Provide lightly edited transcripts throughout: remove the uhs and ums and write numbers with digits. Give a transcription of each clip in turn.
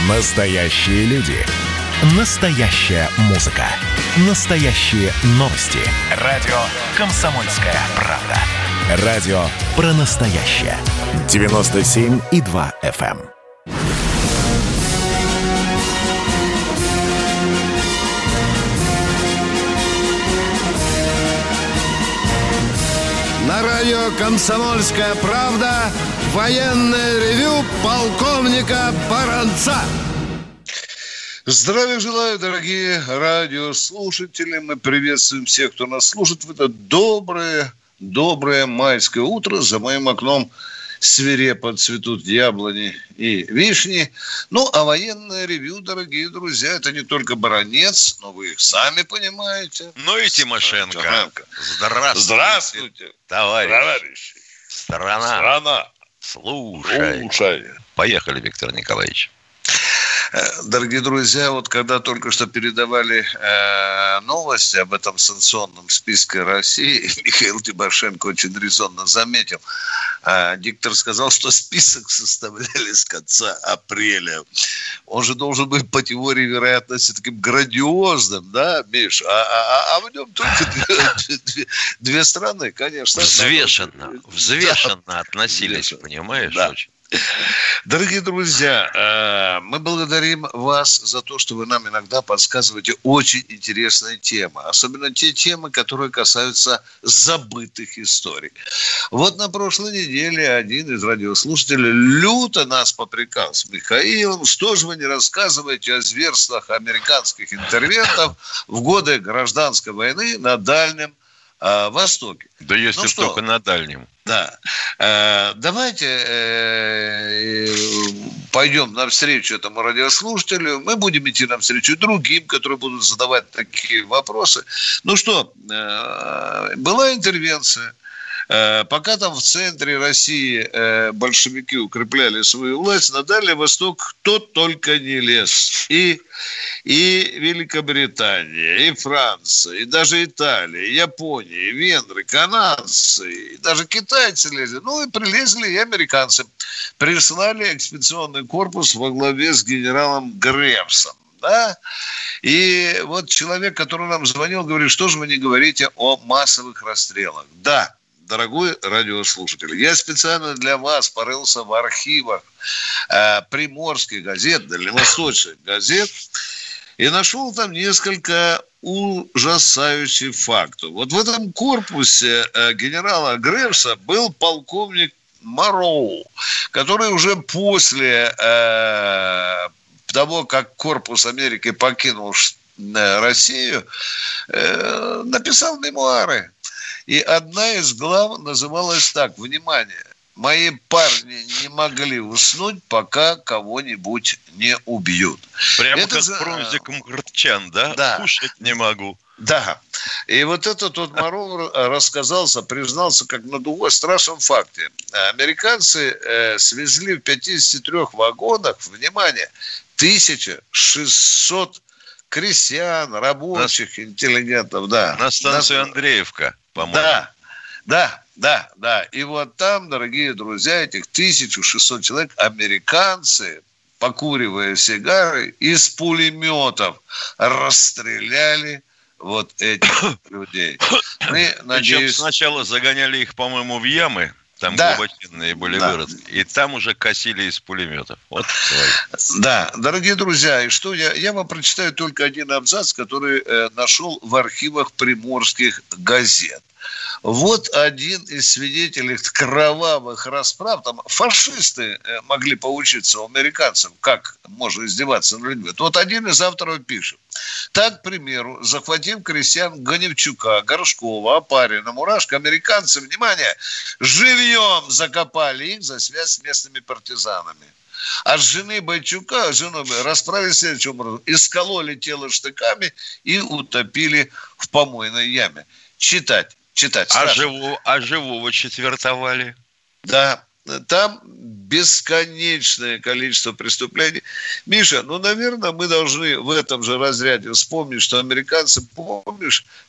Настоящие люди. Настоящая музыка. Настоящие новости. Радио «Комсомольская правда». Радио про настоящее. 97,2 FM. На радио «Комсомольская правда» военное ревю полковника Баранца. Здравия желаю, дорогие радиослушатели. Мы приветствуем всех, кто нас слушает в это доброе майское утро. За моим окном свирепо цветут яблони и вишни. Ну, а военное ревью, дорогие друзья, это не только Баранец, но вы их сами понимаете. Ну и Тимошенко. Здравствуйте, товарищи. Страна. Слушай. Поехали, Виктор Николаевич. Дорогие друзья, вот когда только что передавали новости об этом санкционном списке России, Михаил Тимошенко очень резонно заметил. Диктор сказал, что список составляли с конца апреля. Он же должен быть по теории вероятности таким грандиозным, да, Миш? А в нем только две страны, конечно. Взвешенно относились, понимаешь? Да. Очень. Дорогие друзья, мы благодарим вас за то, что вы нам иногда подсказываете очень интересные темы. Особенно те темы, которые касаются забытых историй. Вот на прошлой неделе один из радиослушателей люто нас попрекал с Михаилом. Что же вы не рассказываете о зверствах американских интервентов в годы гражданской войны на Дальнем Востоке? Да если только на Дальнем. Да. Давайте пойдем навстречу этому радиослушателю. Мы будем идти навстречу другим, которые будут задавать такие вопросы. Ну что, была интервенция. Пока там в центре России большевики укрепляли свою власть, на Дальний Восток кто только не лез. И Великобритания, и Франция, и даже Италия, и Япония, и венгры, канадцы, и даже китайцы лезли. Ну и прилезли и американцы. Прислали экспедиционный корпус во главе с генералом Гревсом. Да? И вот человек, который нам звонил, говорит, что же вы не говорите о массовых расстрелах. Да. Дорогой радиослушатель, я специально для вас порылся в архивах приморских газет, дальневосточных газет, и нашел там несколько ужасающих фактов. Вот в этом корпусе генерала Гревса был полковник Морроу, который уже после того, как корпус Америки покинул Россию, написал мемуары. И одна из глав называлась так: внимание, мои парни не могли уснуть, пока кого-нибудь не убьют. Прямо это как Фрунзик Мкртчян, да? Да? Кушать не могу. Да. И вот этот вот Морроу признался как на другом страшном факте. Американцы свезли в 53 вагонах, внимание, 1600 крестьян, рабочих, интеллигентов. Да. На станцию Андреевка. По-моему. Да. И вот там, дорогие друзья, этих 1600 человек, американцы, покуривая сигары, из пулеметов расстреляли вот этих людей. Причем сначала загоняли их, по-моему, в ямы, там глубочинные были выродки, и там уже косили из пулеметов. Вот. Да, дорогие друзья, и что я вам прочитаю только один абзац, который нашел в архивах приморских газет. Вот один из свидетелей кровавых расправ. Там фашисты могли поучиться у американцев, как можно издеваться над людьми. Вот один из авторов пишет. Так, к примеру, захватив крестьян Ганевчука, Горшкова, Опарина, Мурашко, американцы, внимание, живьем закопали их за связь с местными партизанами. А с жены Бойчука, расправились следующим образом. Искололи тело штыками и утопили в помойной яме. Читать. А живого четвертовали? Да, там бесконечное количество преступлений. Миша, наверное, мы должны в этом же разряде вспомнить, что американцы, помнишь,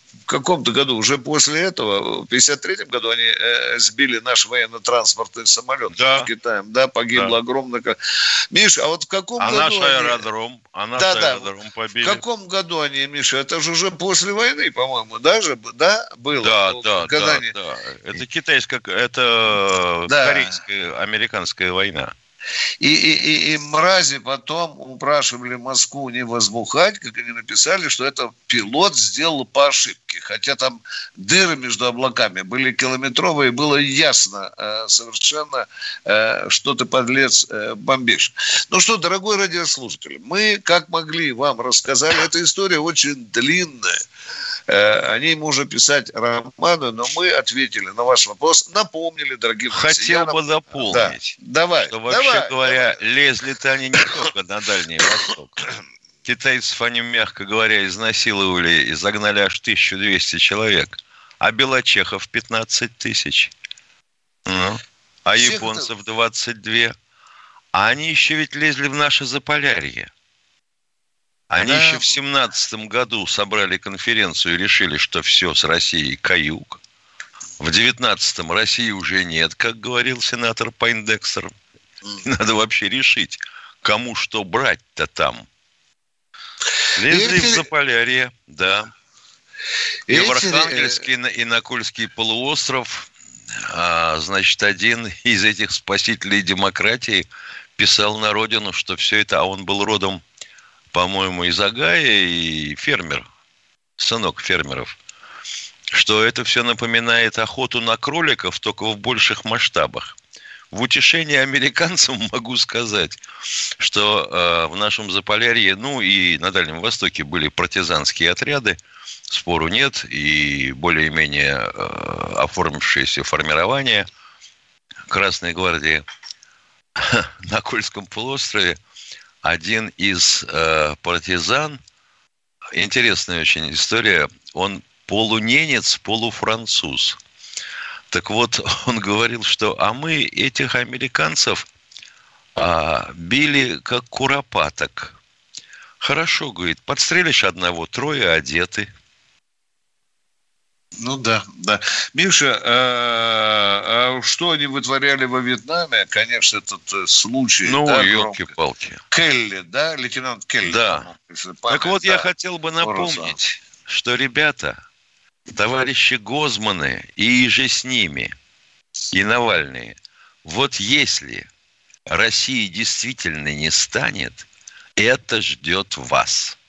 в каком-то году, уже после этого, в 1953 году они сбили наш военно-транспортный самолет с Китаем. Да, погибло огромное. Миша, а вот в каком году... Наш аэродром побили. В каком году они, Миша? Это же уже после войны, по-моему, даже, да, было? Да. Это китайская, это корейская, американская война. И мрази потом упрашивали Москву не возбухать, как они написали, что это пилот сделал по ошибке. Хотя там дыры между облаками были километровые, было ясно совершенно, что ты, подлец, бомбишь. Ну что, дорогой радиослушатель, мы, как могли, вам рассказали. Эта история очень длинная. О ней можно писать романы, но мы ответили на ваш вопрос, напомнили дорогим россиянам. Хотел бы дополнить, что вообще говоря, лезли-то они не только на Дальний Восток. Китайцев они, мягко говоря, изнасиловали и загнали аж 1200 человек, а белочехов 15 тысяч, а японцев 22. А они еще ведь лезли в наше Заполярье. Они еще в 17 году собрали конференцию и решили, что все, с Россией каюк. В 19-м России уже нет, как говорил сенатор Пойндекстер. Надо вообще решить, кому что брать-то там. Лезли в Заполярье, да. И в Архангельский и на Кольский полуостров, значит, один из этих спасителей демократии писал на родину, что все это, а он был родом, по-моему, из Огайо и фермер, сынок фермеров, что это все напоминает охоту на кроликов, только в больших масштабах. В утешение американцам могу сказать, что в нашем Заполярье, ну и на Дальнем Востоке были партизанские отряды, спору нет, и более-менее оформившееся формирование Красной гвардии на Кольском полуострове. Один из партизан, интересная очень история, он полуненец, полуфранцуз. Так вот, он говорил, что мы этих американцев били как куропаток. Хорошо, говорит, подстрелишь одного, 3 одеты. Ну да. Миша, что они вытворяли во Вьетнаме? Конечно, этот случай. Ну, елки-палки. Келли, да, лейтенант Келли. Да. Так вот, я хотел бы напомнить, что ребята, товарищи Гозманы и же с ними, и Навальный, вот если России действительно не станет, это ждет вас.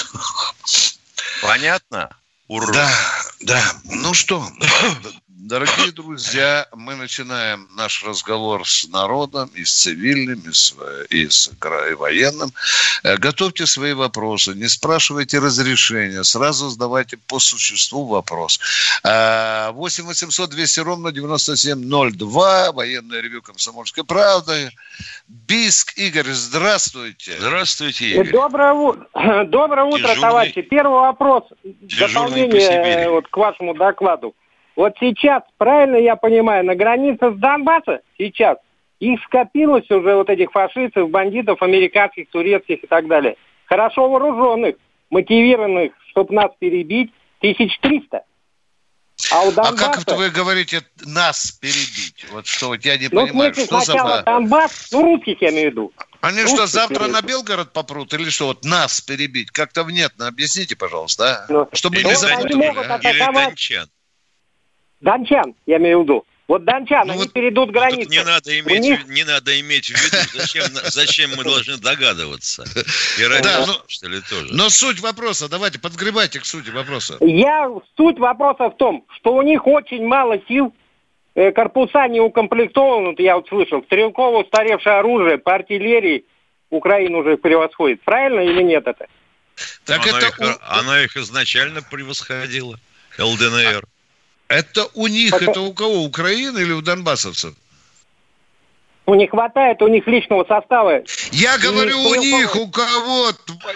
Понятно? Ура! Да. Ну что, дорогие друзья, мы начинаем наш разговор с народом, и с цивильным, и с военным. Готовьте свои вопросы, не спрашивайте разрешения, сразу задавайте по существу вопрос. 8 800 200 ровно 9702, военное ревью «Комсомольской правды». Бийск, Игорь, здравствуйте. Здравствуйте, Игорь. Доброе утро, товарищи. Первый вопрос, дополнение вот к вашему докладу. Вот сейчас, правильно я понимаю, на границе с Донбасса сейчас их скопилось уже вот этих фашистов, бандитов, американских, турецких и так далее. Хорошо вооруженных, мотивированных, чтобы нас перебить, 1300. А у Донбасса... А как это вы говорите нас перебить? Вот что, вот я не понимаю, что сначала за... Донбасс, русских я имею в виду. Они русских что, завтра на Белгород попрут? Или что, вот нас перебить? Как-то внятно объясните, пожалуйста, чтобы не запутали. Или дончан. Дончан, я имею в виду. Вот дончан, они перейдут границу. Не надо иметь в виду, зачем мы должны догадываться. Что ли, тоже. Но суть вопроса, давайте, подгребайте к сути вопроса. Суть вопроса в том, что у них очень мало сил, корпуса не укомплектованы, я вот слышал, стрелковое устаревшее оружие по артиллерии Украина уже превосходит. Правильно или нет это? Так она их изначально превосходила, ЛДНР. Это у них, это у кого? Украины или у донбассовцев? Не хватает у них личного состава. Я говорю, у них, у кого?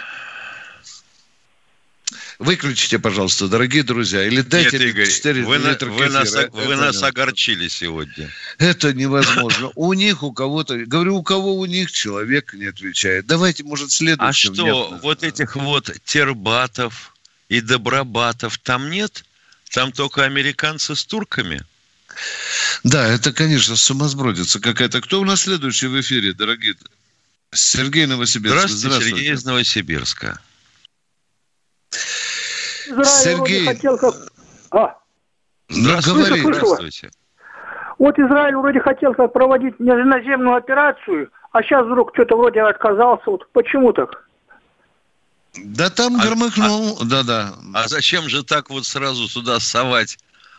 Выключите, пожалуйста, дорогие друзья. Или дайте... Нет, Игорь, 4 вы нас огорчили сегодня. Это невозможно. У них, у кого-то... Говорю, у кого у них человек не отвечает. Давайте, может, следующим... А что, вот этих вот тербатов, и добробатов там нет? Там только американцы с турками? Да, это, конечно, сумасбродица какая-то. Кто у нас следующий в эфире, дорогие? Сергей Новосибирск. Здравствуйте, Сергей из Новосибирска. Сергей. Здравствуйте. Вот Израиль вроде хотел проводить наземную операцию, а сейчас вдруг что-то вроде отказался. Вот почему так? Да там громыхнул. Да. А зачем же так вот сразу туда совать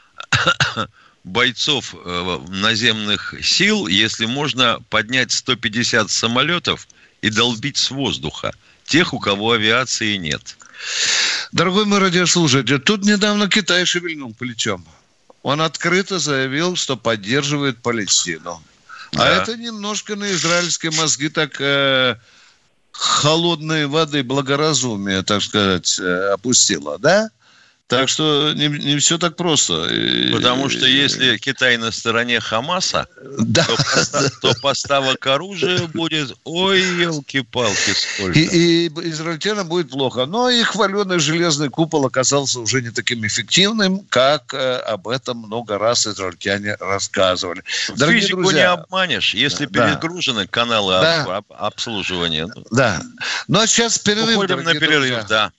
бойцов наземных сил, если можно поднять 150 самолетов и долбить с воздуха тех, у кого авиации нет? Дорогой мой радиослушатель, тут недавно Китай шевельнул плечом. Он открыто заявил, что поддерживает Палестину. Да. А это немножко на израильские мозги так холодной воды благоразумие, так сказать, опустило, да? Так что не все так просто. Потому что если Китай на стороне Хамаса, то поставок оружия будет, ой, елки-палки, сколько. И израильтянам будет плохо. Но их хваленый железный купол оказался уже не таким эффективным, как об этом много раз израильтяне рассказывали. Дорогие физику друзья, не обманешь, если перегружены каналы обслуживания. Да. Ну а сейчас перерыв. Уходим на перерыв, да.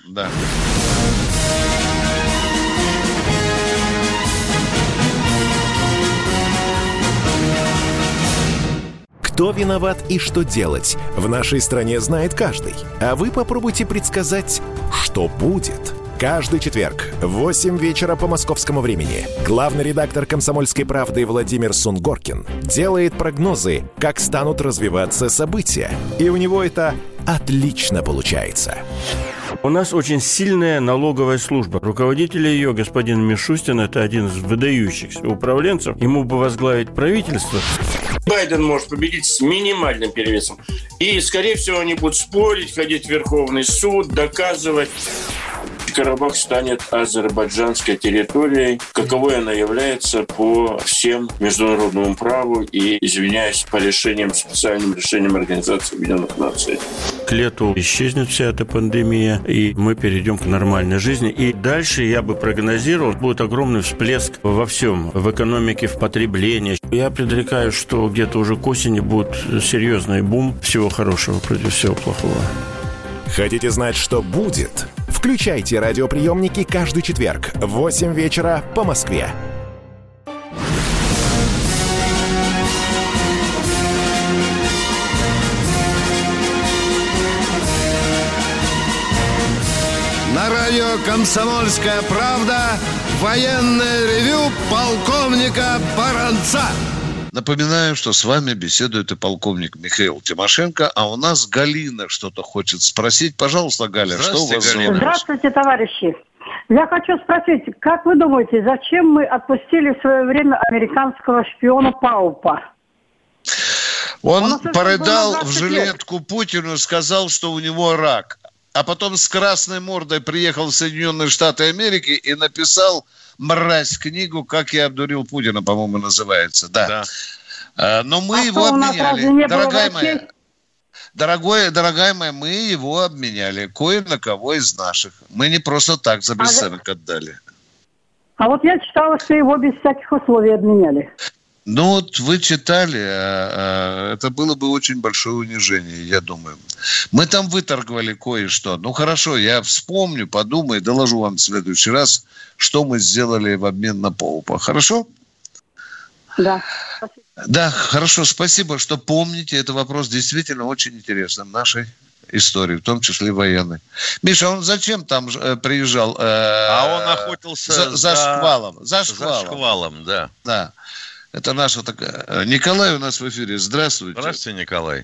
Кто виноват и что делать, в нашей стране знает каждый. А вы попробуйте предсказать, что будет. Каждый четверг в 8 вечера по московскому времени главный редактор «Комсомольской правды» Владимир Сунгоркин делает прогнозы, как станут развиваться события. И у него это отлично получается. У нас очень сильная налоговая служба. Руководитель ее, господин Мишустин, это один из выдающихся управленцев. Ему бы возглавить правительство. Байден может победить с минимальным перевесом. И, скорее всего, они будут спорить, ходить в Верховный суд, доказывать. Карабах станет азербайджанской территорией, каковой она является по всем международному праву и, извиняюсь, по специальным решениям Организации Объединенных Наций. К лету исчезнет вся эта пандемия, и мы перейдем к нормальной жизни. И дальше, я бы прогнозировал, будет огромный всплеск во всем, в экономике, в потреблении. Я предрекаю, что где-то уже к осени будет серьезный бум всего хорошего против всего плохого. Хотите знать, что будет? Включайте радиоприемники каждый четверг в 8 вечера по Москве. На радио «Комсомольская правда» военное ревю полковника Баранца. Напоминаю, что с вами беседует и полковник Михаил Тимошенко, а у нас Галина что-то хочет спросить. Пожалуйста, Галя, что у вас за вопрос? Здравствуйте, товарищи. Я хочу спросить, как вы думаете, зачем мы отпустили в свое время американского шпиона Паупа? Он порыдал в жилетку Путину и сказал, что у него рак. А потом с красной мордой приехал в Соединенные Штаты Америки и написал, мразь, книгу «Как я обдурил Путина», по-моему, называется. Да. Но мы его обменяли. Дорогая моя, мы его обменяли. Кое на кого из наших. Мы не просто так за бесценок отдали. А вот я читала, что его без всяких условий обменяли. Ну вот вы читали, это было бы очень большое унижение, я думаю. Мы там выторговали кое-что. Ну хорошо, я вспомню, подумаю, доложу вам в следующий раз, что мы сделали в обмен на Поупа. Хорошо? Да. Да, хорошо, спасибо, что помните. Это вопрос действительно очень интересный в нашей истории, в том числе военной. Миша, он зачем там приезжал? Он охотился за шквалом. За шквалом, да. Да. Это наша такая... Николай у нас в эфире. Здравствуйте. Здравствуйте, Николай.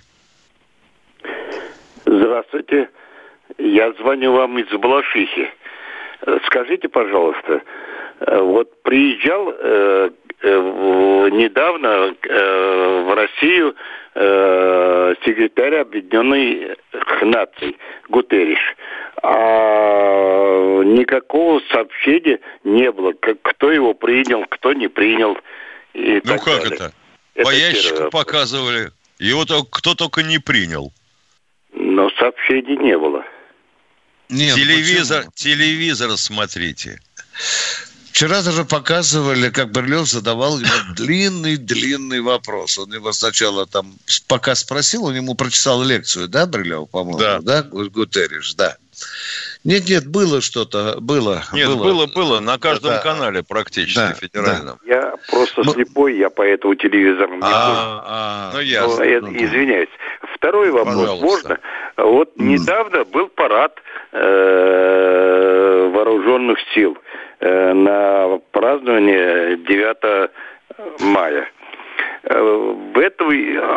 Здравствуйте. Я звоню вам из Балашихи. Скажите, пожалуйста, вот приезжал недавно в Россию секретарь Объединенных Наций Гутерриш. А никакого сообщения не было. Кто его принял, кто не принял. Ну как далее. Это? По ящику показывали. Его кто только не принял. Но сообщений не было. Нет, телевизор смотрите. Вчера даже показывали, как Брилев задавал ему длинный вопрос. Он его сначала там, пока спросил, он ему прочитал лекцию, да, Брилев, по-моему? Да. Гутерриш, да. Нет, было что-то, было. Было на каждом канале практически федеральном. Да. Я просто слепой, я поэтому телевизор не извиняюсь. Второй вопрос, пожалуйста. Можно? Вот недавно был парад вооруженных сил на празднование 9 мая. В этом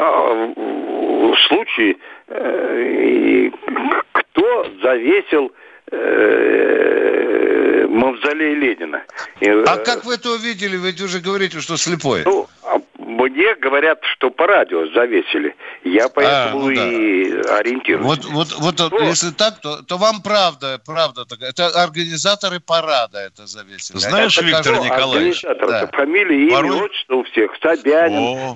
случае кто завесил мавзолей Ленина? А как вы это увидели? Вы уже говорите, что слепой. Ну, мне говорят, что по радио завесили. Я поэтому и ориентируюсь. Вот если так, то вам правда такая. Это организаторы парада это завесили. Знаешь, Виктор Николаевич? Фамилия, имя, отчество у всех. Собянин.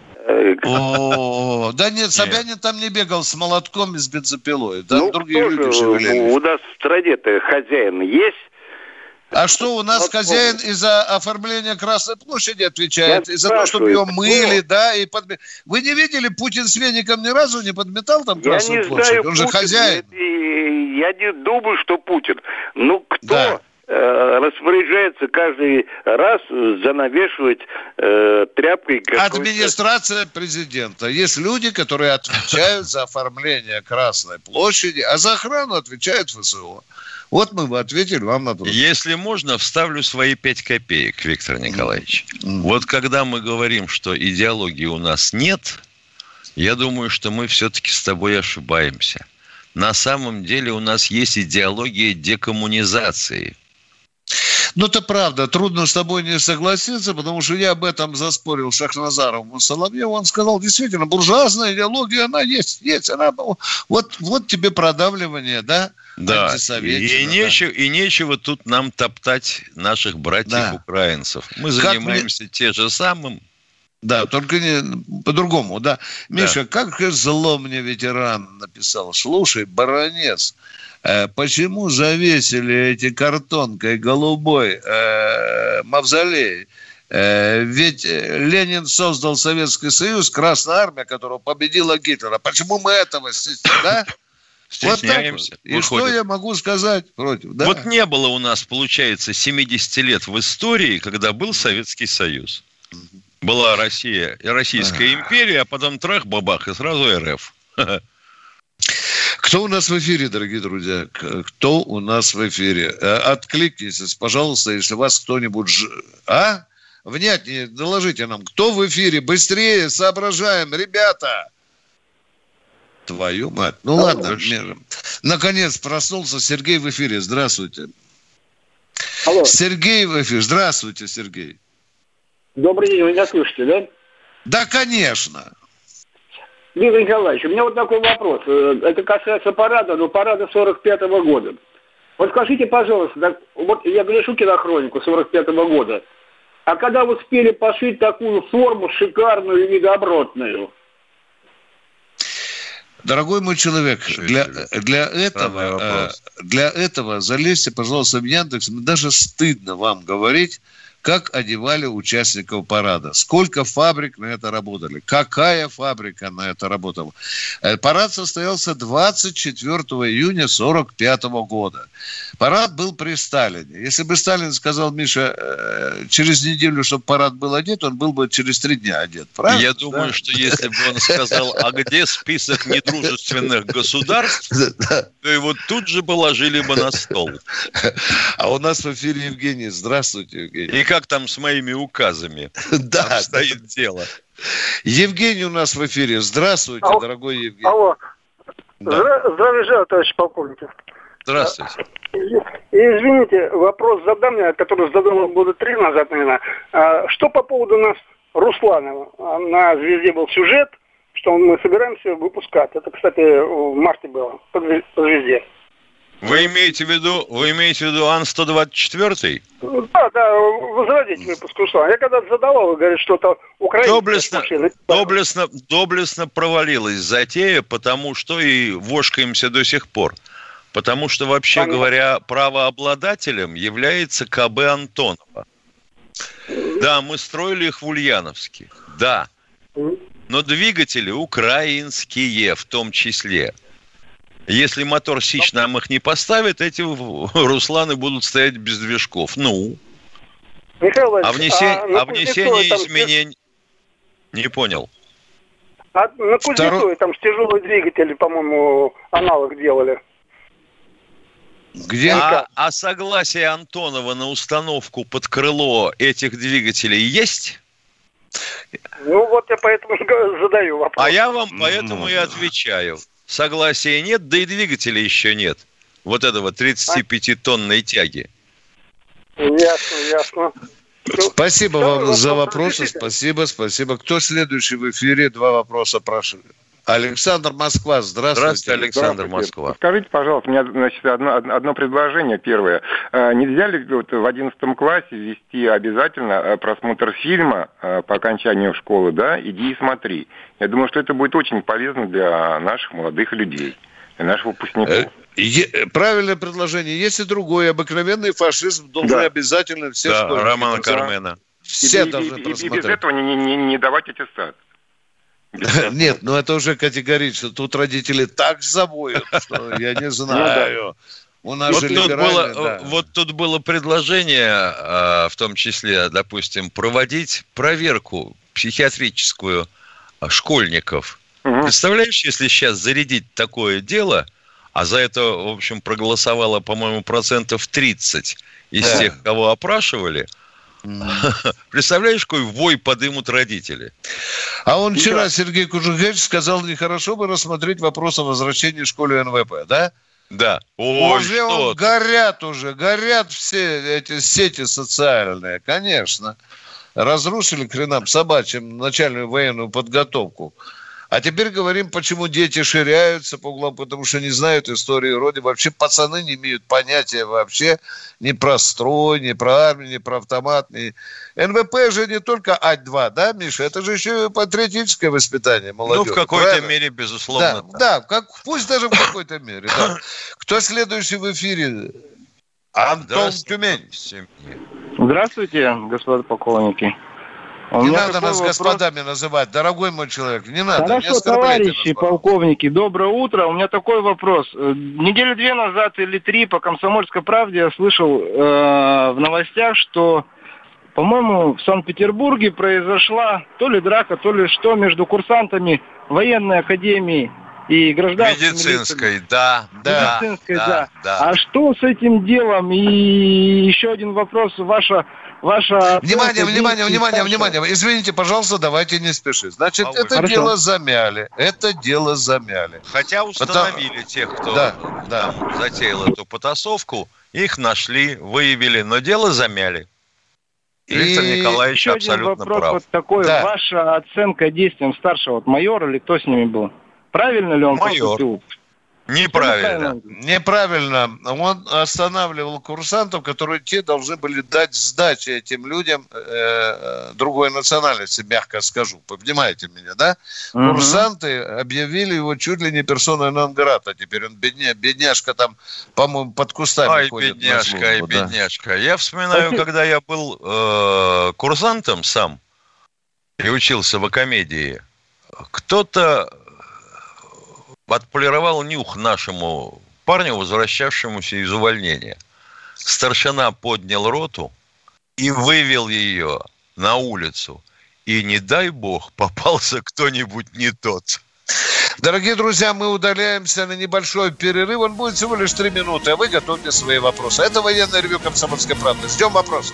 Да нет, Собянин там не бегал с молотком и с бензопилой. Там другие люди шевелились. У нас в стране-то хозяин есть. А что, у нас хозяин из-за оформления Красной площади отвечает? Из-за того, чтобы ее мыли, да? Вы не видели, Путин с веником ни разу не подметал там Красную площадь? Он же хозяин. Я не думаю, что Путин. Ну, кто распоряжается каждый раз занавешивать тряпкой? Администрация президента. Есть люди, которые отвечают за оформление Красной площади, а за охрану отвечает ФСО. Вот мы бы ответили вам на вопрос. Если можно, вставлю свои 5 копеек, Виктор Николаевич. Вот когда мы говорим, что идеологии у нас нет, я думаю, что мы все-таки с тобой ошибаемся. На самом деле у нас есть идеология декоммунизации. Ну, это правда. Трудно с тобой не согласиться, потому что я об этом заспорил Шахназарову Соловьеву. Он сказал, действительно, буржуазная идеология, она есть. Она, вот тебе продавливание, да? Да, и нечего тут нам топтать наших братьев-украинцев. Мы занимаемся те же самым. Да, только не по-другому, да. Миша, как зло мне ветеран написал. Слушай, баронец, почему завесили эти картонкой голубой мавзолей? Ведь Ленин создал Советский Союз, Красная Армия, которая победила Гитлера. Почему мы этого да? Стесняемся. Вот и что я могу сказать против? Да? Вот не было у нас, получается, 70 лет в истории, когда был Советский Союз. Была Россия, Российская империя, а потом трах-бабах, и сразу РФ. Кто у нас в эфире, дорогие друзья? Кто у нас в эфире? Откликнитесь, пожалуйста, если вас кто-нибудь... Внятнее доложите нам, кто в эфире. Быстрее соображаем, ребята. Твою мать. Ну ладно. Наконец проснулся Сергей в эфире. Здравствуйте. Алло. Сергей в эфире. Здравствуйте, Сергей. Добрый день, вы меня слышите, да? Да, конечно. Виктор Николаевич, у меня вот такой вопрос. Это касается парада, но парада 45-го года. Вот скажите, пожалуйста, вот я гляжу кинохронику 45-го года, а когда вы успели пошить такую форму шикарную и недобротную? Дорогой мой человек, для этого залезьте, пожалуйста, в Яндекс. Даже стыдно вам говорить, как одевали участников парада. Сколько фабрик на это работали? Какая фабрика на это работала? Парад состоялся 24 июня 1945 года. Парад был при Сталине. Если бы Сталин сказал, Миша, через неделю, чтобы парад был одет, он был бы через 3 дня одет. Правильно? Я думаю, что если бы он сказал, а где список недружественных государств, то его тут же положили бы на стол. А у нас в эфире Евгений. Здравствуйте, Евгений. И как там с моими указами? Да, стоит дело. Евгений у нас в эфире. Здравствуйте, дорогой Евгений. Алло. Да. Здравия желаю, товарищ полковник. Здравствуйте. Извините, вопрос задам я, который задал года 3 назад, наверное. Что по поводу нас, Руслана? На «Звезде» был сюжет, что мы собираемся выпускать. Это, кстати, в марте было, по «Звезде». Вы имеете в виду Ан-124? Да, возродить выпуск Руслана. Я когда-то задавал, говорит, что-то украинская доблестно провалилась затея, потому что и вошкаемся до сих пор. Потому что, вообще говоря, правообладателем является КБ Антонова. Да, мы строили их в Ульяновске. Да. Но двигатели украинские в том числе. Если мотор Сич нам их не поставит, эти Русланы будут стоять без движков. Ну. Михаил а внесение изменений... Не понял. На Кузнецове там тяжелые двигатели, по-моему, аналог делали. Где? А согласие Антонова на установку под крыло этих двигателей есть? Ну вот я поэтому задаю вопрос. А я вам поэтому и отвечаю. Согласия нет, да и двигателя еще нет. Вот этого 35-тонной тяги. Ясно. Спасибо вам за вопросы. Спасибо. Кто следующий в эфире? 2 вопроса прошу. Александр, Москва. Здравствуйте, Александр, Москва. Скажите, пожалуйста, у меня, значит, одно предложение. Первое. Нельзя ли вот в 11 классе ввести обязательно просмотр фильма по окончанию школы, да? Иди и смотри. Я думаю, что это будет очень полезно для наших молодых людей, для наших выпускников. Правильное предложение. Есть и другое. Обыкновенный фашизм должны обязательно все школьники. Романа Кармена. Все должны просмотреть. И без этого не давать аттестат. Нет, ну это уже категорично. Тут родители так завоют, что я не знаю. У нас же вот тут было предложение, в том числе, допустим, проводить проверку психиатрическую школьников. Представляешь, если сейчас зарядить такое дело, а за это, в общем, проголосовало, по-моему, 30% из тех, кого опрашивали, представляешь, какой вой подымут родители? А он вчера, Сергей Кужугевич, сказал, нехорошо бы рассмотреть вопрос о возвращении в школе НВП, да? Да. Горят все эти сети социальные, конечно. Разрушили к хренам собачьим начальную военную подготовку. А теперь говорим, почему дети ширяются по углам, потому что не знают истории Родины. Вообще пацаны не имеют понятия вообще ни про строй, ни про армию, ни про автомат. НВП же не только ать-2, да, Миша? Это же еще и патриотическое воспитание молодежи. Ну, в какой-то мере, безусловно. Да, пусть даже в какой-то мере. Да. Кто следующий в эфире? Антон, Тюмень. Здравствуйте, господа полковники. Не надо нас господами называть, дорогой мой человек, не надо. Хорошо, товарищи полковники, доброе утро. У меня такой вопрос. Неделю 2 назад или 3 по «Комсомольской правде» я слышал в новостях, что, по-моему, в Санкт-Петербурге произошла то ли драка, то ли что между курсантами военной академии и гражданской медицинской, да. А что с этим делом? И еще один вопрос, ваша... Внимание. Извините, пожалуйста, давайте не спешить. Значит, это дело замяли. Хотя установили тех, кто затеял эту потасовку. Их нашли, выявили, но дело замяли. Виктор Николаевич абсолютно прав. Вопрос вот такой. Да. Ваша оценка действиям старшего майора или кто с ними был? Правильно ли он поступил? Неправильно. Он останавливал курсантов, которые те должны были дать сдачи этим людям другой национальности, мягко скажу. Понимаете меня, да? Курсанты объявили его чуть ли не персоной нон-грата. Теперь он бедняжка там, по-моему, под кустами ходит. Бедняжка. Я вспоминаю, когда я был курсантом сам и учился в академии, кто-то отполировал нюх нашему парню, возвращавшемуся из увольнения. Старшина поднял роту и вывел ее на улицу. И, не дай бог, попался кто-нибудь не тот. Дорогие друзья, мы удаляемся на небольшой перерыв. Он будет всего лишь 3 минуты, а вы готовьте свои вопросы. Это военное ревью «Комсомольской правды». Ждем вопросов.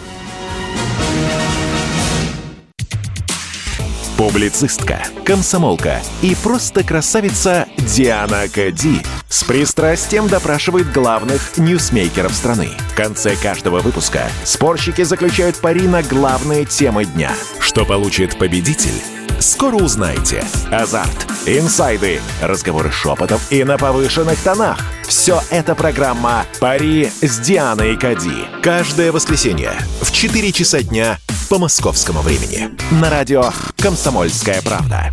Публицистка, комсомолка и просто красавица Диана Кади с пристрастием допрашивает главных ньюсмейкеров страны. В конце каждого выпуска спорщики заключают пари на главные темы дня. Что получит победитель? Скоро узнаете. Азарт, инсайды, разговоры шепотов и на повышенных тонах. Все это программа «Пари с Дианой Кади». Каждое воскресенье в 4 часа дня по московскому времени. На радио «Комсомольская правда».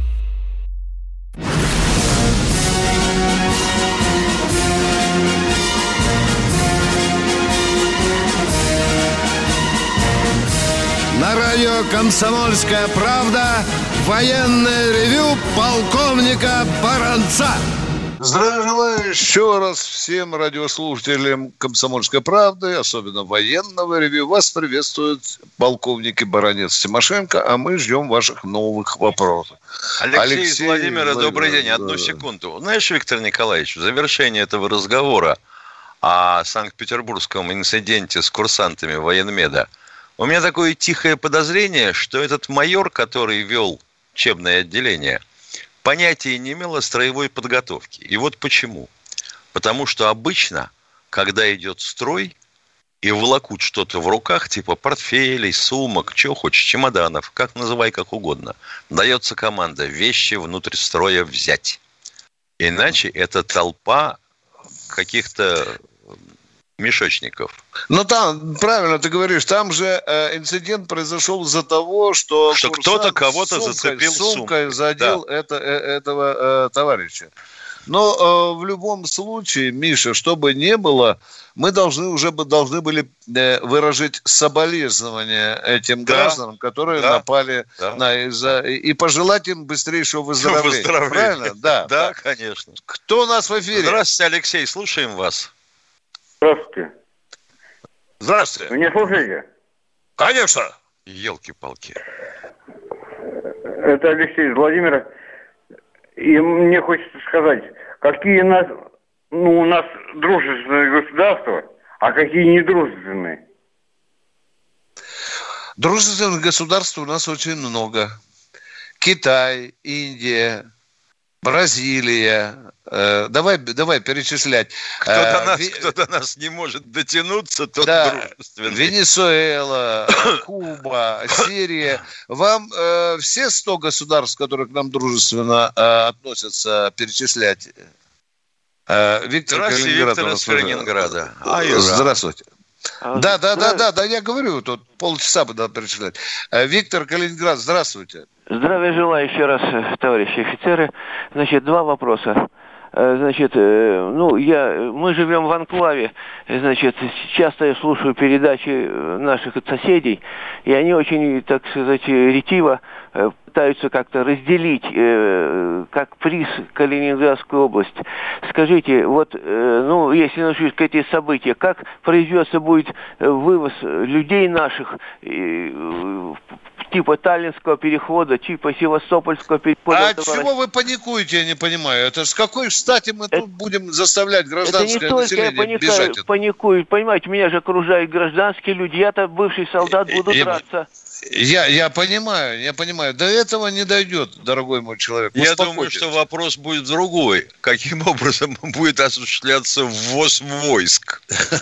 «Комсомольская правда» военное ревю полковника Баранца. Здравия желаю еще раз всем радиослушателям «Комсомольской правды», особенно военного ревью. Вас приветствует полковник Баранец Тимошенко, а мы ждем ваших новых вопросов. Алексей из Владимира, добрый день. Одну секунду. Знаешь, Виктор Николаевич, в завершении этого разговора о Санкт-Петербургском инциденте с курсантами военмеда, у меня такое тихое подозрение, что этот майор, который вел учебное отделение, понятия не имел о строевой подготовке. И вот почему. Потому что обычно, когда идет строй и волокут что-то в руках, типа портфелей, сумок, чего хочешь, чемоданов, как называй, как угодно, дается команда вещи внутрь строя взять. Иначе это толпа каких-то мешочников. Ну, там, правильно ты говоришь, там же инцидент произошел из-за того, что кто-то кого-то зацепил сумкой задел этого товарища. Но в любом случае, Миша, что бы ни было, мы должны были выразить соболезнования этим гражданам, которые напали и пожелать им быстрейшего выздоровления. Правильно? Да, конечно. Кто у нас в эфире? Здравствуйте, Алексей, слушаем вас. Здравствуйте. Здравствуйте. Вы меня слушаете? Конечно. Елки-палки. Это Алексей из Владимира. И мне хочется сказать, какие у нас дружественные государства, а какие недружественные. Дружественных государств у нас очень много. Китай, Индия, Бразилия. Давай перечислять. Кто до нас не может дотянуться, тот дружественный. Венесуэла, Куба, Сирия. Вам все 100 государств, которые к нам дружественно относятся, перечислять? Виктор из Калининграда. Здравствуйте. Да, я говорю, тут полчаса бы надо перечислять. Виктор, Калининград, здравствуйте. Здравия желаю еще раз, товарищи офицеры. Значит, 2 вопроса. Значит, мы живем в анклаве, значит, часто я слушаю передачи наших соседей, и они очень, так сказать, ретиво пытаются как-то разделить как приз Калининградскую область. Скажите, вот, если начнут эти события, как произведется будет вывоз людей наших, типа Таллинского перехода, типа Севастопольского перехода? А чего вы паникуете, я не понимаю? Это с какой стати мы тут будем заставлять гражданское население бежать? Я паникую, понимаете, меня же окружают гражданские люди, я-то бывший солдат, буду драться. Я понимаю. До этого не дойдет, дорогой мой человек. Я думаю, что вопрос будет другой. Каким образом будет осуществляться ввоз войск?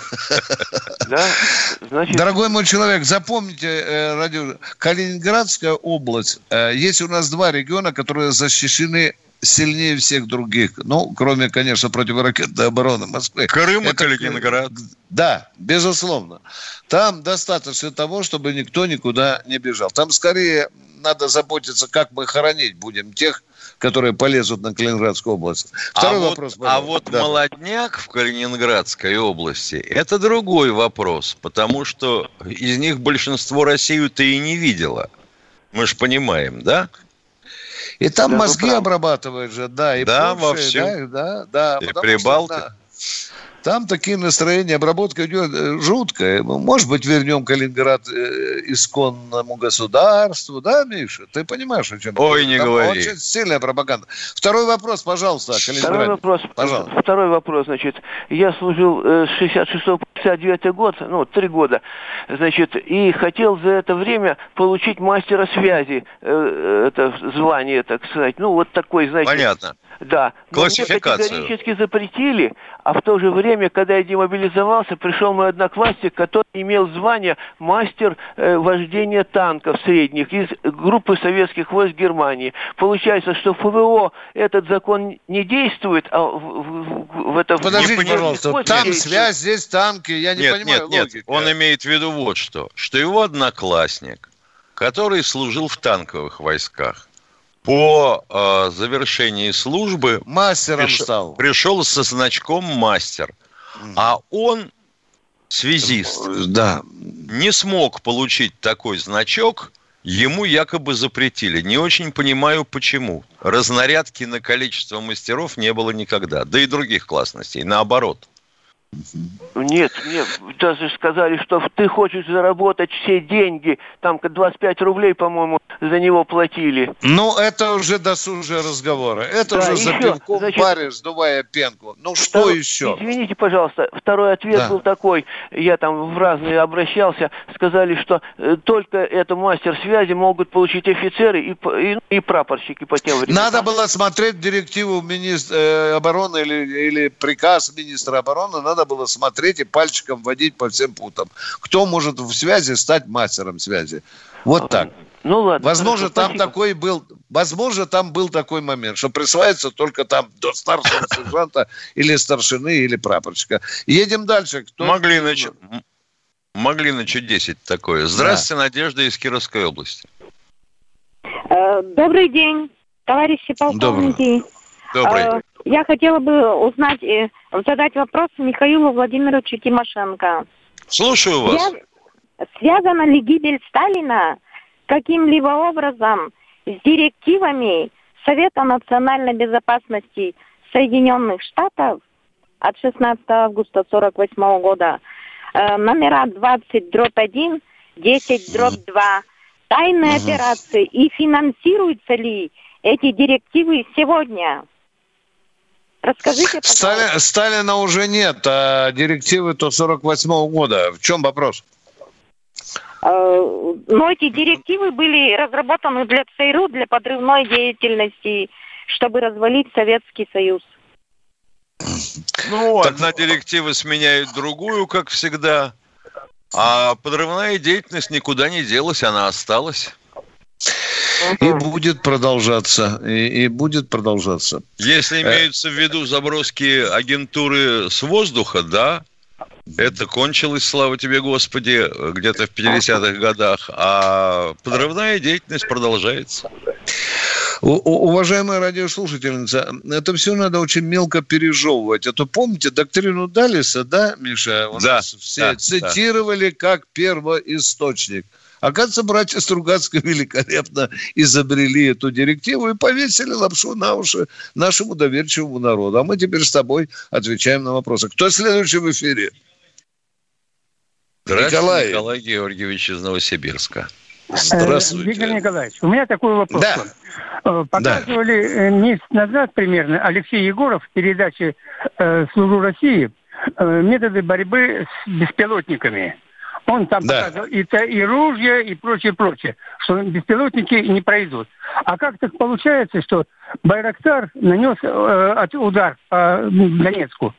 Дорогой мой человек, запомните, Калининградская область. Есть у нас 2 региона, которые защищены сильнее всех других. Кроме, конечно, противоракетной обороны Москвы. Крым и Калининград. Да, безусловно. Там достаточно того, чтобы никто никуда не бежал. Там скорее надо заботиться, как мы хоронить будем тех, которые полезут на Калининградскую область. Второй вопрос. Молодняк в Калининградской области – это другой вопрос, потому что из них большинство Россию-то и не видело. Мы же понимаем, да? И там мозги обрабатывают же, и Польша, да. И Прибалты. Там такие настроения, обработка идет жуткая. Может быть, вернем Калининград исконному государству, да, Миша? Ты понимаешь, о чем я говорю? Не говори. Очень сильная пропаганда. Второй вопрос, пожалуйста, Калининград. Второй вопрос, значит. Я служил с 66 по 59 год, 3 года, значит, и хотел за это время получить мастера связи, это звание, так сказать, такой, знаете. Понятно. Да. Классификацию. Мне категорически запретили, а в то же время, когда я демобилизовался, пришел мой одноклассник, который имел звание мастер вождения танков средних из группы советских войск Германии. Получается, что в ФВО этот закон не действует, а в это... Подождите, пожалуйста, там связь, здесь танки, я не понимаю логики. Нет, он имеет в виду вот что его одноклассник, который служил в танковых войсках, по завершении службы мастером стал. Пришел со значком мастер. А он, связист, не смог получить такой значок Ему якобы запретили. Не очень понимаю, почему. Разнарядки на количество мастеров не было никогда. Да и других классностей. Наоборот. Нет, даже сказали, что ты хочешь заработать все деньги, там 25 рублей, по-моему, за него платили. Ну, это уже досужие разговоры. Это уже за пивком, значит, паришь, сдувая пенку. Ну, что еще? Извините, пожалуйста, второй ответ был такой, я там в разные обращался, сказали, что только это мастер связи могут получить офицеры и прапорщики по тем временам. Надо было смотреть директиву министра обороны или приказ министра обороны, надо было смотреть и пальчиком водить по всем путам. Кто может в связи стать мастером связи? Вот так. Ну ладно. Возможно, там был такой момент, что присваивается только там до старшего сержанта или старшины, или прапорщика. Едем дальше. Могли на чудесить такое. Здравствуйте, да. Надежда из Кировской области. Добрый день, товарищи полковники. Добрый. Я хотела бы узнать, задать вопрос Михаилу Владимировичу Тимошенко. Слушаю вас. Связана ли гибель Сталина каким-либо образом с директивами Совета национальной безопасности Соединенных Штатов от 16 августа 1948 года, номера 20/1, 10/2, тайные операции, и финансируются ли эти директивы сегодня? Расскажите, пожалуйста. Сталина уже нет, а директивы-то 48 года. В чем вопрос? Но эти директивы были разработаны для ЦРУ, для подрывной деятельности, чтобы развалить Советский Союз. Ну, одна директива сменяет другую, как всегда, а подрывная деятельность никуда не делась, она осталась. И будет продолжаться. И будет продолжаться. Если имеются в виду заброски агентуры с воздуха, да, это кончилось, слава тебе, Господи, где-то в 50-х годах, а подрывная деятельность продолжается. Уважаемая радиослушательница, это все надо очень мелко пережевывать. А то помните доктрину Даллеса, да, Миша? У нас все цитировали как первоисточник. Оказывается, братья Стругацкие великолепно изобрели эту директиву и повесили лапшу на уши нашему доверчивому народу. А мы теперь с тобой отвечаем на вопросы. Кто следующий в эфире? Здравствуйте, Николай Георгиевич из Новосибирска. Здравствуйте. Виктор Николаевич, у меня такой вопрос. Да. Показывали месяц назад примерно Алексей Егоров в передаче «Служу России» методы борьбы с беспилотниками. Он там показывал и ружья, и прочее, что беспилотники не пройдут. А как так получается, что Байрактар нанес удар по Донецку?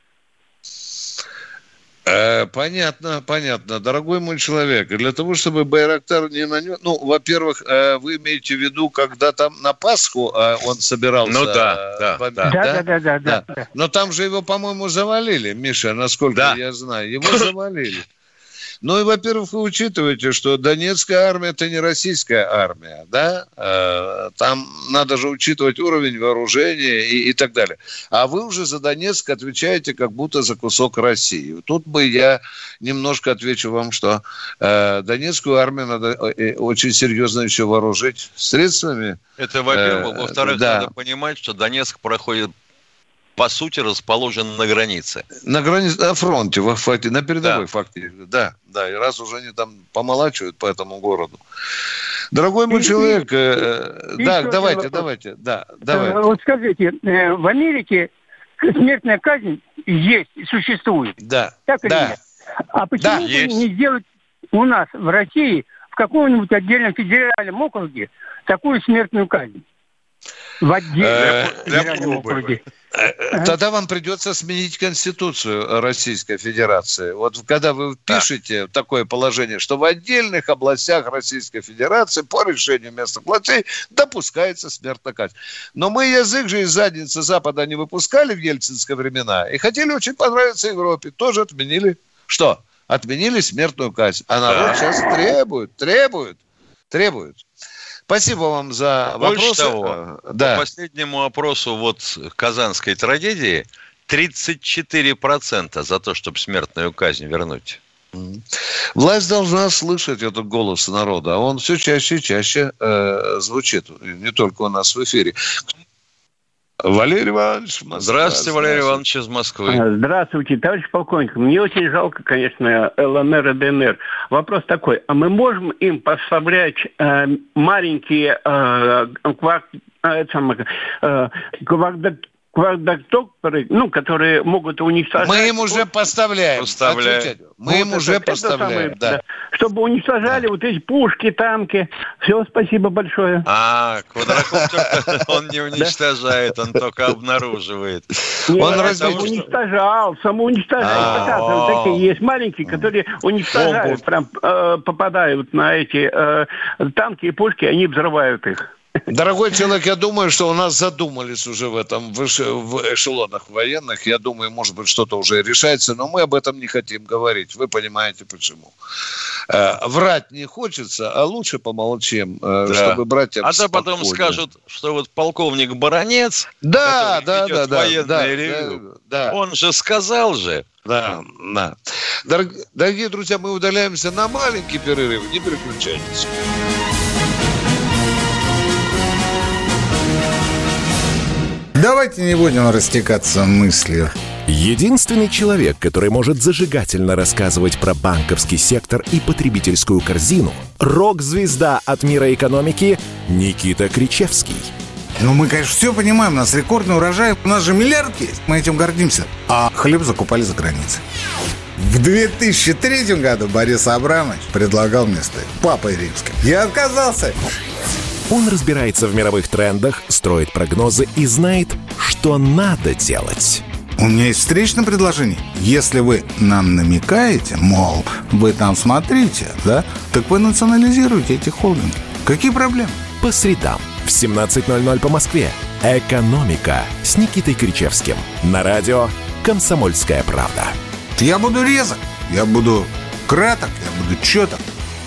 Понятно. Дорогой мой человек, для того, чтобы Байрактар не нанес... Ну, во-первых, вы имеете в виду, когда там на Пасху он собирался... Ну да. Но там же его, по-моему, завалили, Миша, насколько я знаю. Его завалили. Ну и, во-первых, вы учитываете, что Донецкая армия – это не российская армия, да? Там надо же учитывать уровень вооружения и так далее. А вы уже за Донецк отвечаете как будто за кусок России. Тут бы я немножко отвечу вам, что Донецкую армию надо очень серьезно еще вооружить средствами. Это, во-первых. Во-вторых, надо понимать, что Донецк проходит, по сути, расположен на границе. На границе, на фронте, на передовой фактически. Да. И раз уже они там помолачивают по этому городу. Дорогой мой человек, давайте. Вот скажите, в Америке смертная казнь есть, существует. Да. Так или нет? А почему не сделать у нас в России в каком-нибудь отдельном федеральном округе такую смертную казнь? В отдельном федеральном округе. Тогда вам придется сменить Конституцию Российской Федерации. Вот когда вы пишете такое положение, что в отдельных областях Российской Федерации по решению местных властей допускается смертная казнь. Но мы язык же из задницы Запада не выпускали в ельцинские времена и хотели очень понравиться Европе. Тоже отменили. Что? Отменили смертную казнь. А народ сейчас требует. Спасибо вам за вопрос. Больше того, по последнему опросу казанской трагедии 34% за то, чтобы смертную казнь вернуть. Власть должна слышать этот голос народа, а он все чаще и чаще звучит, не только у нас в эфире. Валерий Иванович. Здравствуйте, Валерий Иванович из Москвы. Здравствуйте, товарищ полковник. Мне очень жалко, конечно, ЛНР и ДНР. Вопрос такой. А мы можем им поставлять маленькие квадрокоптеры, которые могут уничтожать... Мы им уже поставляем. Мы им уже поставляем, да. Чтобы уничтожали вот эти пушки, танки. Все, спасибо большое. Квадрокоптер он не уничтожает, он только обнаруживает. Он уничтожал, самоуничтожает. Такие есть маленькие, которые уничтожают, прям попадают на эти танки и пушки, они взрывают их. Дорогой человек, я думаю, что у нас задумались уже в эшелонах военных. Я думаю, может быть, что-то уже решается, но мы об этом не хотим говорить. Вы понимаете, почему. Врать не хочется, а лучше помолчим, чтобы братьям спокойно. А то потом скажут, что вот полковник Баранец, который ведет военное ревью, он же сказал же. Да. Дорогие друзья, мы удаляемся на маленький перерыв. Не переключайтесь. Давайте не будем растекаться мыслью. Единственный человек, который может зажигательно рассказывать про банковский сектор и потребительскую корзину – рок-звезда от мира экономики Никита Кричевский. Мы, конечно, все понимаем, у нас рекордный урожай, у нас же миллиард есть, мы этим гордимся. А хлеб закупали за границей. В 2003 году Борис Абрамович предлагал мне стать папой римским. Я отказался. Он разбирается в мировых трендах, строит прогнозы и знает, что надо делать. У меня есть встречное предложение. Если вы нам намекаете, мол, вы там смотрите, да, так вы национализируете эти холдинги. Какие проблемы? По средам в 17:00 по Москве. «Экономика» с Никитой Кричевским. На радио «Комсомольская правда». Я буду резок, я буду краток, я буду чёток.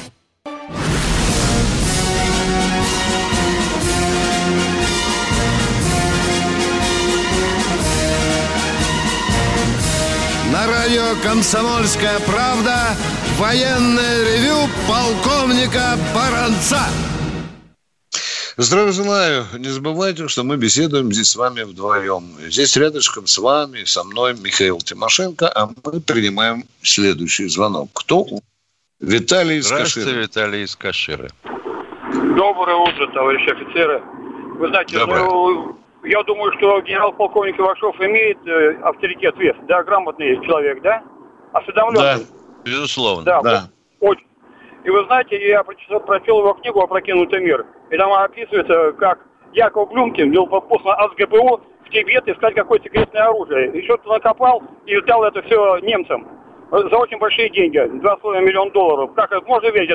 На радио «Комсомольская правда» военное ревю полковника Баранца. Здравия желаю. Не забывайте, что мы беседуем здесь с вами вдвоем. Здесь рядышком с вами, со мной Михаил Тимошенко, а мы принимаем следующий звонок. Кто? Виталий из Каширы. Здравствуйте, Виталий из Каширы. Доброе утро, товарищи офицеры. Вы знаете, я думаю, что генерал-полковник Ивашов имеет авторитет, вес, да, грамотный человек, да? Осведомленный. Да, безусловно. Да. Очень. И вы знаете, я прочел его книгу «Опрокинутый мир», и там описывается, как Яков Блюмкин был послан от ГПУ в Тибет искать какое-то секретное оружие. И что-то накопал и сдал это все немцам за очень большие деньги, $2,5 миллиона. Как можно верить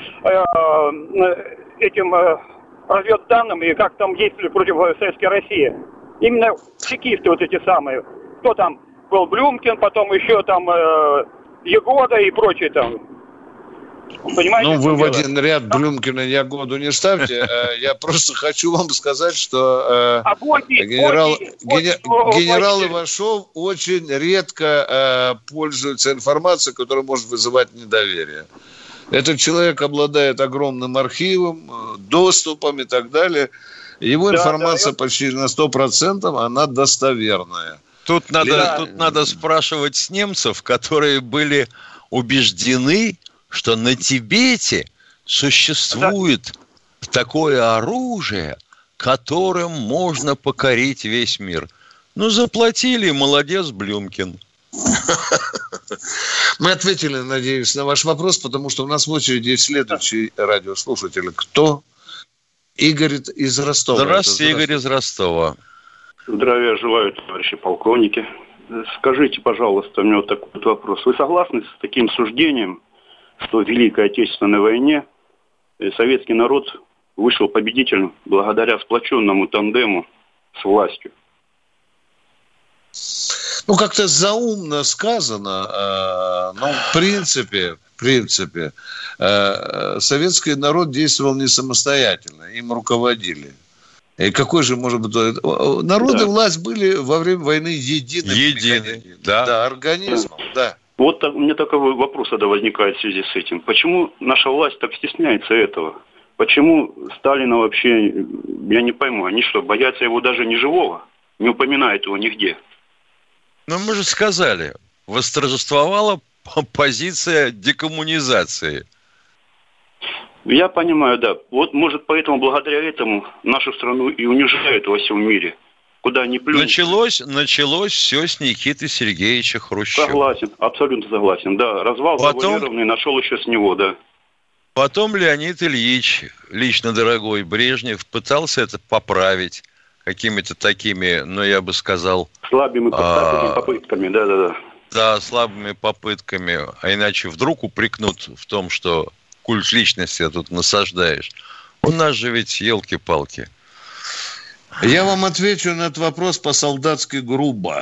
этим разведданным и как там действовали против Советской России? Именно чекисты вот эти самые. Кто там был? Блюмкин, потом еще там Ягода и прочие там. Понимаете, вы в один ряд Блюмкина и Ягоду не ставьте. Я просто хочу вам сказать, что генерал Ивашов очень редко пользуется информацией, которая может вызывать недоверие. Этот человек обладает огромным архивом, доступом и так далее. Его информация почти на 100%, она достоверная. Тут надо спрашивать с немцев, которые были убеждены, что на Тибете существует такое оружие, которым можно покорить весь мир. Заплатили, молодец, Блюмкин. Мы ответили, надеюсь, на ваш вопрос, потому что у нас в очереди есть следующий радиослушатель. Кто? Игорь из Ростова. Здравствуйте, Игорь из Ростова. Здравия желаю, товарищи полковники. Скажите, пожалуйста, у меня вот такой вот вопрос. Вы согласны с таким суждением, что в Великой Отечественной войне советский народ вышел победителем благодаря сплоченному тандему с властью? Как-то заумно сказано, но в принципе, советский народ действовал не самостоятельно, им руководили. И какой же может быть... Народ и власть были во время войны единым да. Организмом, да. Вот у меня такой вопрос тогда возникает в связи с этим. Почему наша власть так стесняется этого? Почему Сталина вообще, я не пойму, они что, боятся его даже не живого? Не упоминают его нигде. Ну, мы же сказали, восторжествовала позиция декоммунизации. Я понимаю, да. Вот, может, поэтому, благодаря этому, нашу страну и унижают во всем мире. Куда ни плюнь. Началось все с Никиты Сергеевича Хрущева. Согласен, абсолютно согласен. Да, развал завуалированный нашел еще с него, да. Потом Леонид Ильич, лично дорогой Брежнев, пытался это поправить какими-то такими, ну, я бы сказал... Слабыми попытками, да. Да, слабыми попытками. А иначе вдруг упрекнут в том, что культ личности тут насаждаешь. У нас же ведь елки-палки. Я вам отвечу на этот вопрос по-солдатски грубо.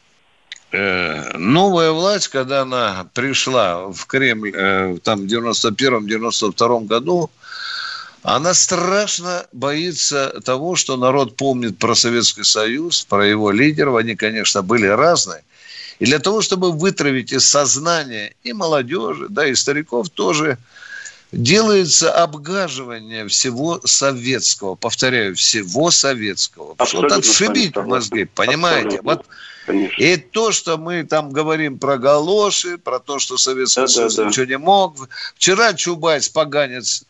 Новая власть, когда она пришла в Кремль там, в 91-92 году, она страшно боится того, что народ помнит про Советский Союз, про его лидеров. Они, конечно, были разные. И для того, чтобы вытравить из сознания и молодежи, да, и стариков тоже, делается обгаживание всего советского. Повторяю, всего советского. Вот отшибить мозги, понимаете? Вот. И то, что мы там говорим про галоши, про то, что Советский Союз ничего не мог. Вчера Чубайс, поганец,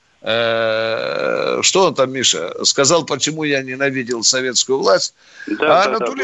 что он там, Миша, сказал, почему я ненавидел советскую власть. Анатолий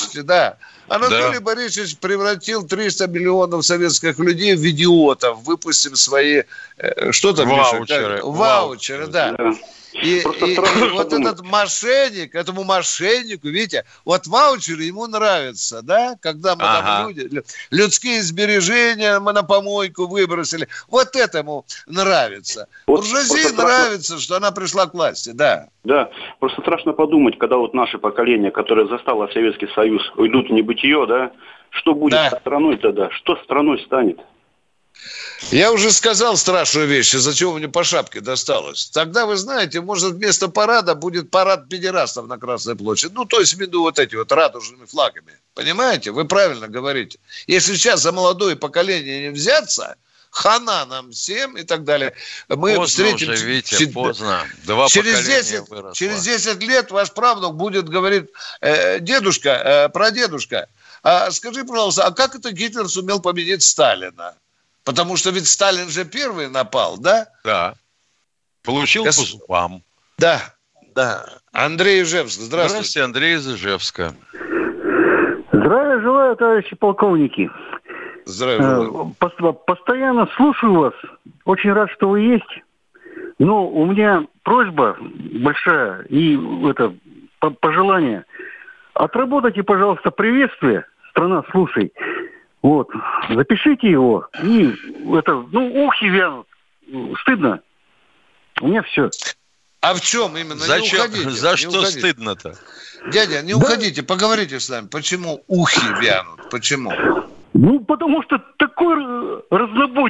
Борисович превратил 300 миллионов советских людей в идиотов. Выпустим свои... Что там, ваучеры. Миша? Ваучеры, да. И вот этот мошенник, этому мошеннику, видите, вот ваучеры ему нравятся, да, когда мы там людские сбережения мы на помойку выбросили, вот этому нравится. Буржуазии нравится, что она пришла к власти, да. Да, просто страшно подумать, когда вот наше поколение, которое застало Советский Союз, уйдут в небытие, да, что будет со страной тогда, что страной станет? Я уже сказал страшную вещь, из-за чего мне по шапке досталось. Тогда, вы знаете, может, вместо парада будет парад педерастов на Красной площади. Ну, то есть, в виду вот эти вот радужными флагами. Понимаете? Вы правильно говорите. Если сейчас за молодое поколение не взяться, хана нам всем и так далее. Мы поздно встретим... уже, Витя, поздно. Через 10 лет ваш правнук будет говорить, дедушка, прадедушка, скажи, пожалуйста, а как это Гитлер сумел победить Сталина? Потому что ведь Сталин же первый напал, да? Да. Получил по зубам. Да. Андрей Ижевск, здравствуйте. Здравствуйте, Андрей из Ижевска. Здравия желаю, товарищи полковники. Здравия желаю. Постоянно слушаю вас. Очень рад, что вы есть. Но у меня просьба большая и пожелание. Отработайте, пожалуйста, приветствие. Страна, слушай. Вот, запишите его, и ухи вянут. Стыдно. У меня все. А в чем именно? Зачем? Не уходите. За что уходите. Стыдно-то? Дядя, не уходите, поговорите с нами. Почему ухи вянут? Почему? Ну, потому что такой разнобой.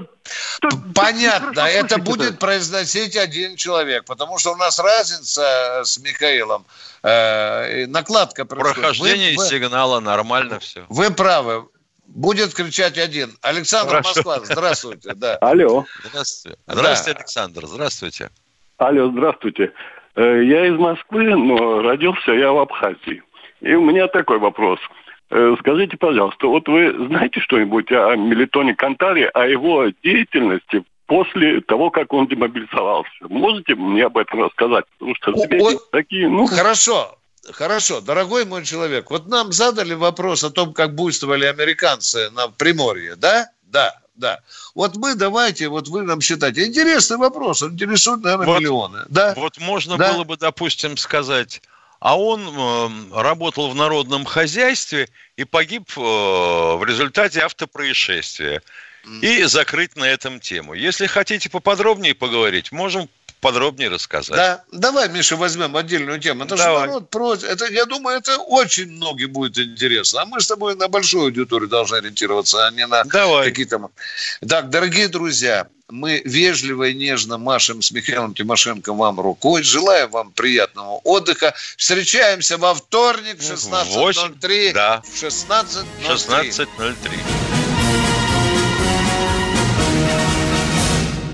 Понятно, это будет произносить один человек, потому что у нас разница с Михаилом. Накладка происходит. Прохождение сигнала, нормально все. Вы правы. Будет кричать один. Александр, Москва, здравствуйте. Да. Алло. Здравствуйте, Александр, здравствуйте. Алло, здравствуйте. Я из Москвы, но родился я в Абхазии. И у меня такой вопрос. Скажите, пожалуйста, вот вы знаете что-нибудь о Мелитоне Кантаре, о его деятельности после того, как он демобилизовался? Можете мне об этом рассказать? Потому что такие... Хорошо, дорогой мой человек, вот нам задали вопрос о том, как буйствовали американцы на Приморье, да? Да. Вот давайте, вы нам считайте. Интересный вопрос, он интересует, наверное, миллионы. Да? Вот можно было бы, допустим, сказать, а он работал в народном хозяйстве и погиб в результате автопроисшествия. И закрыть на этом тему. Если хотите поподробнее поговорить, можем подробнее рассказать. Да, давай, Миша, возьмем отдельную тему. Это же народ просит. Я думаю, это очень многим будет интересно. А мы с тобой на большую аудиторию должны ориентироваться, а не на какие-то... Так, дорогие друзья, мы вежливо и нежно машем с Михаилом Тимошенко вам рукой. Желаем вам приятного отдыха. Встречаемся во вторник в 16:03. Да. В 16:03.